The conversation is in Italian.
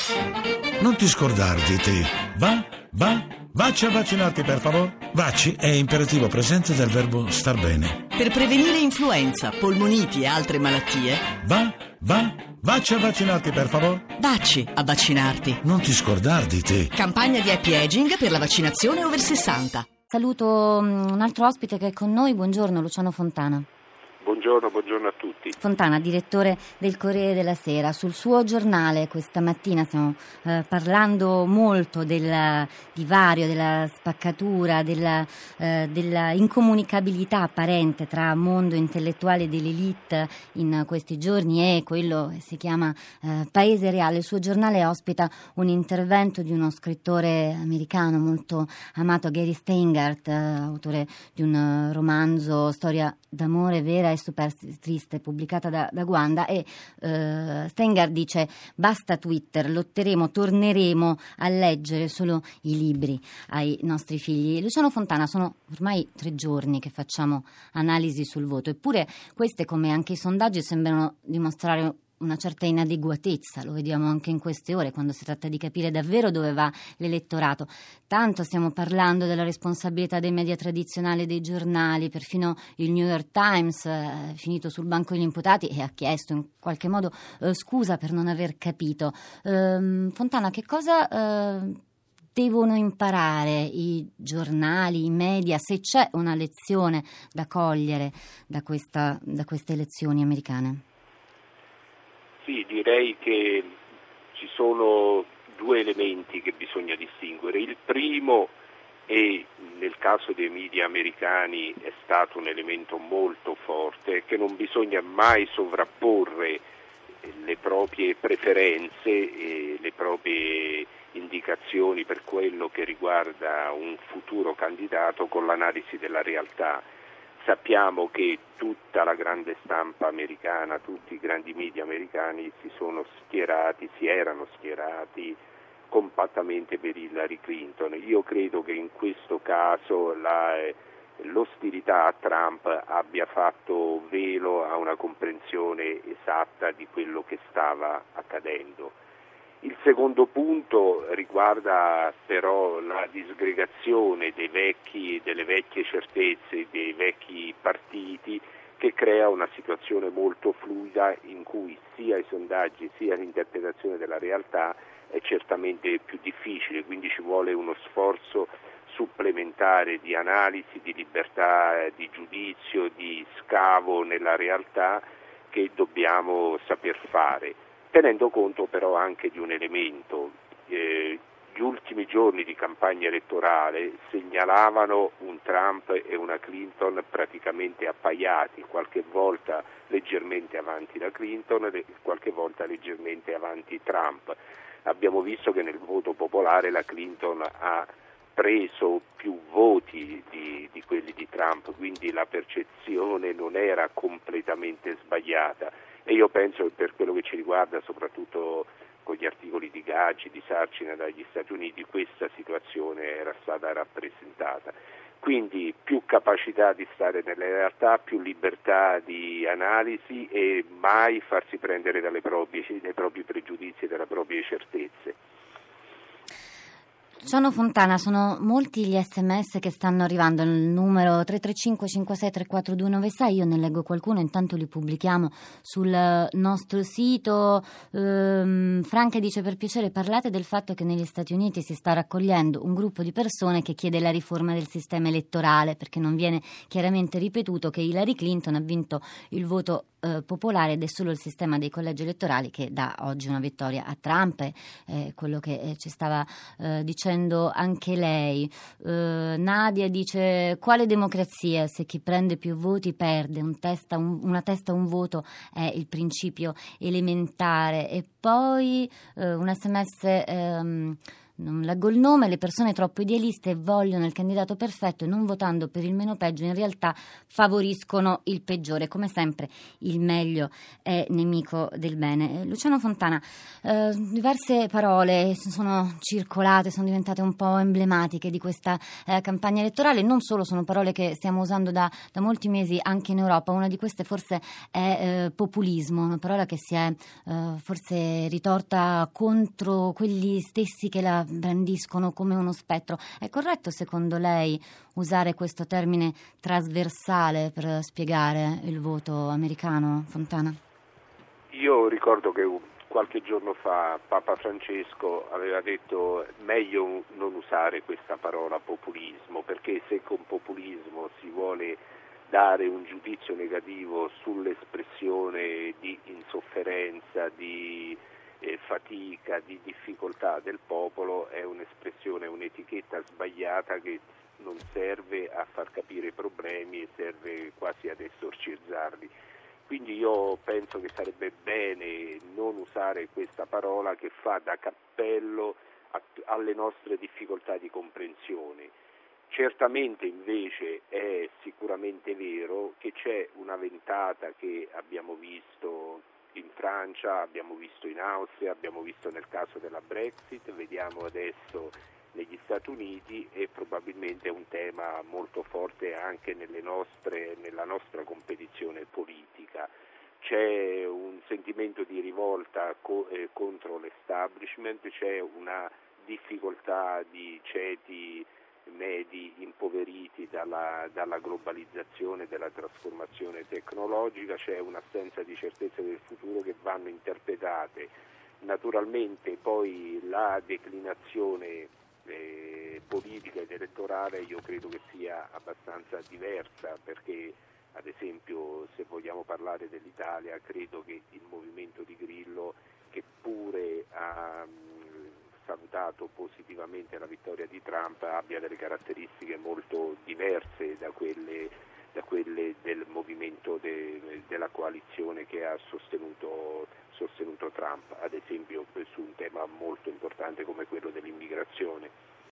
Non ti scordar di te. Vacci a vaccinarti, per favore. Vacci è imperativo presente del verbo star bene. Per prevenire influenza, polmoniti e altre malattie, Vacci a vaccinarti, per favore. vacci a vaccinarti. Non ti scordar di te. Campagna di happy aging per la vaccinazione over 60. Saluto un altro ospite che è con noi. Buongiorno, Luciano Fontana. Buongiorno a tutti. Fontana, direttore del Corriere della Sera. Sul suo giornale questa mattina stiamo parlando molto del divario, della spaccatura, della incomunicabilità apparente tra mondo intellettuale dell'elite in questi giorni e quello che si chiama Paese Reale. Il suo giornale ospita un intervento di uno scrittore americano molto amato, Gary Steingart, autore di un romanzo, storia d'amore vera e super triste, pubblicata da Wanda, e Steingart dice: basta Twitter, lotteremo, torneremo a leggere solo i libri ai nostri figli. Luciano Fontana, sono ormai 3 giorni che facciamo analisi sul voto, eppure queste, come anche i sondaggi, sembrano dimostrare una certa inadeguatezza. Lo vediamo anche in queste ore, quando si tratta di capire davvero dove va l'elettorato. Tanto stiamo parlando della responsabilità dei media tradizionali, dei giornali, perfino il New York Times è finito sul banco degli imputati e ha chiesto in qualche modo scusa per non aver capito. Fontana, che cosa devono imparare i giornali, i media, se c'è una lezione da cogliere da queste elezioni americane? Sì, direi che ci sono 2 elementi che bisogna distinguere. Il primo, e nel caso dei media americani è stato un elemento molto forte, che non bisogna mai sovrapporre le proprie preferenze e le proprie indicazioni per quello che riguarda un futuro candidato con l'analisi della realtà. Sappiamo che tutta la grande stampa americana, tutti i grandi media americani si erano schierati compattamente per Hillary Clinton. Io credo che in questo caso l'ostilità a Trump abbia fatto velo a una comprensione esatta di quello che stava accadendo. Il secondo punto riguarda però la disgregazione delle vecchie certezze, dei vecchi partiti, che crea una situazione molto fluida in cui sia i sondaggi sia l'interpretazione della realtà è certamente più difficile, quindi ci vuole uno sforzo supplementare di analisi, di libertà di giudizio, di scavo nella realtà che dobbiamo saper fare. Tenendo conto però anche di un elemento, gli ultimi giorni di campagna elettorale segnalavano un Trump e una Clinton praticamente appaiati, qualche volta leggermente avanti la Clinton e qualche volta leggermente avanti Trump. Abbiamo visto che nel voto popolare la Clinton ha preso più voti di quelli di Trump, quindi la percezione non era completamente sbagliata. E io penso che per quello che ci riguarda, soprattutto con gli articoli di Gaggi, di Sarcina dagli Stati Uniti, questa situazione era stata rappresentata. Quindi più capacità di stare nella realtà, più libertà di analisi e mai farsi prendere dai propri pregiudizi e dalle proprie certezze. Luciano Fontana, sono molti gli sms che stanno arrivando, il numero 335 56 34 296, io ne leggo qualcuno, intanto li pubblichiamo sul nostro sito. Franca dice: per piacere parlate del fatto che negli Stati Uniti si sta raccogliendo un gruppo di persone che chiede la riforma del sistema elettorale, perché non viene chiaramente ripetuto che Hillary Clinton ha vinto il voto popolare ed è solo il sistema dei collegi elettorali che dà oggi una vittoria a Trump, quello che ci stava dicendo anche lei. Nadia dice: quale democrazia se chi prende più voti perde, una testa un voto è il principio elementare. E poi un sms non leggo il nome, le persone troppo idealiste vogliono il candidato perfetto e non votando per il meno peggio in realtà favoriscono il peggiore. Come sempre il meglio è nemico del bene. Luciano Fontana, diverse parole sono circolate, sono diventate un po' emblematiche di questa campagna elettorale, non solo sono parole che stiamo usando da molti mesi anche in Europa, una di queste forse è populismo, una parola che si è forse ritorta contro quelli stessi che la brandiscono come uno spettro. È corretto secondo lei usare questo termine trasversale per spiegare il voto americano, Fontana? Io ricordo che qualche giorno fa Papa Francesco aveva detto meglio non usare questa parola populismo, perché se con populismo si vuole dare un giudizio negativo sull'espressione di insofferenza, di fatica, di difficoltà del popolo, è un'espressione, un'etichetta sbagliata che non serve a far capire i problemi e serve quasi ad esorcizzarli. Quindi io penso che sarebbe bene non usare questa parola che fa da cappello alle nostre difficoltà di comprensione. Certamente invece è sicuramente vero che c'è una ventata che abbiamo visto in Francia, abbiamo visto in Austria, abbiamo visto nel caso della Brexit, vediamo adesso negli Stati Uniti e probabilmente è un tema molto forte anche nella nostra competizione politica. C'è un sentimento di rivolta contro l'establishment, c'è una difficoltà di ceti medi impoveriti dalla globalizzazione, dalla trasformazione tecnologica, c'è un'assenza di certezza del futuro che vanno interpretate. Naturalmente poi la declinazione politica ed elettorale io credo che sia abbastanza diversa, perché ad esempio se vogliamo parlare dell'Italia credo che il movimento di Grillo, che pure ha salutato positivamente la vittoria di Trump, abbia delle caratteristiche molto diverse da quelle del movimento della coalizione che ha sostenuto Trump, ad esempio su un tema molto importante come